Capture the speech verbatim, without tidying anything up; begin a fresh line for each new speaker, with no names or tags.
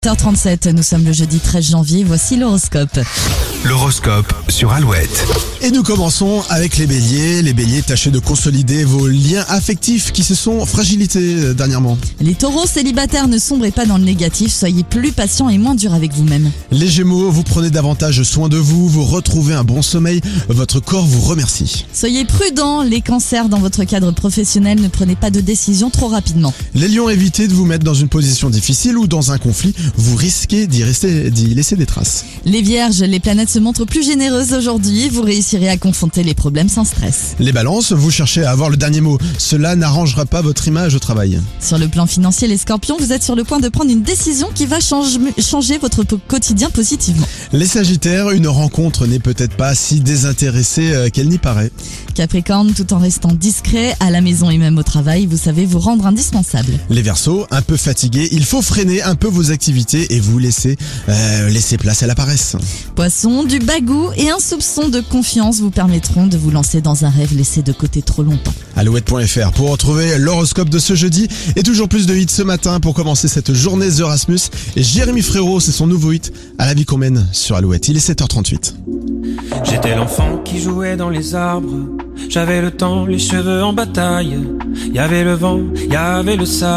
sept heures trente-sept, nous sommes le jeudi treize janvier, voici l'horoscope.
L'horoscope sur Alouette.
Et nous commençons avec les béliers. Les béliers, tâchez de consolider vos liens affectifs qui se sont fragilisés dernièrement.
Les taureaux célibataires, ne sombrez pas dans le négatif, soyez plus patients et moins durs avec vous-même.
Les gémeaux, vous prenez davantage soin de vous, vous retrouvez un bon sommeil, votre corps vous remercie.
Soyez prudents, les cancers, dans votre cadre professionnel, ne prenez pas de décisions trop rapidement.
Les lions, évitez de vous mettre dans une position difficile ou dans un conflit, vous risquez d'y rester, d'y laisser des traces.
Les vierges, les planètes se montrent plus généreuses aujourd'hui, vous réussirez à confronter les problèmes sans stress.
Les balances, vous cherchez à avoir le dernier mot, cela n'arrangera pas votre image au travail.
Sur le plan financier, les scorpions, vous êtes sur le point de prendre une décision qui va change- changer votre po- quotidien positivement.
Les sagittaires, une rencontre n'est peut-être pas si désintéressée euh, qu'elle n'y paraît.
Capricorne, tout en restant discret, à la maison et même au travail, vous savez vous rendre indispensable.
Les Verseaux, un peu fatigués, il faut freiner un peu vos activités et vous laisser, euh, laisser place à la paresse.
Poisson, du bagou et un soupçon de confiance vous permettront de vous lancer dans un rêve laissé de côté trop longtemps.
Alouette point F R pour retrouver l'horoscope de ce jeudi et toujours plus de hits ce matin pour commencer cette journée Erasmus. Et Jérémy Frérot, c'est son nouveau hit à la vie qu'on mène sur Alouette. Il est sept heures trente-huit.
J'étais l'enfant qui jouait dans les arbres. J'avais le temps, les cheveux en bataille. Y avait le vent, y avait le sable.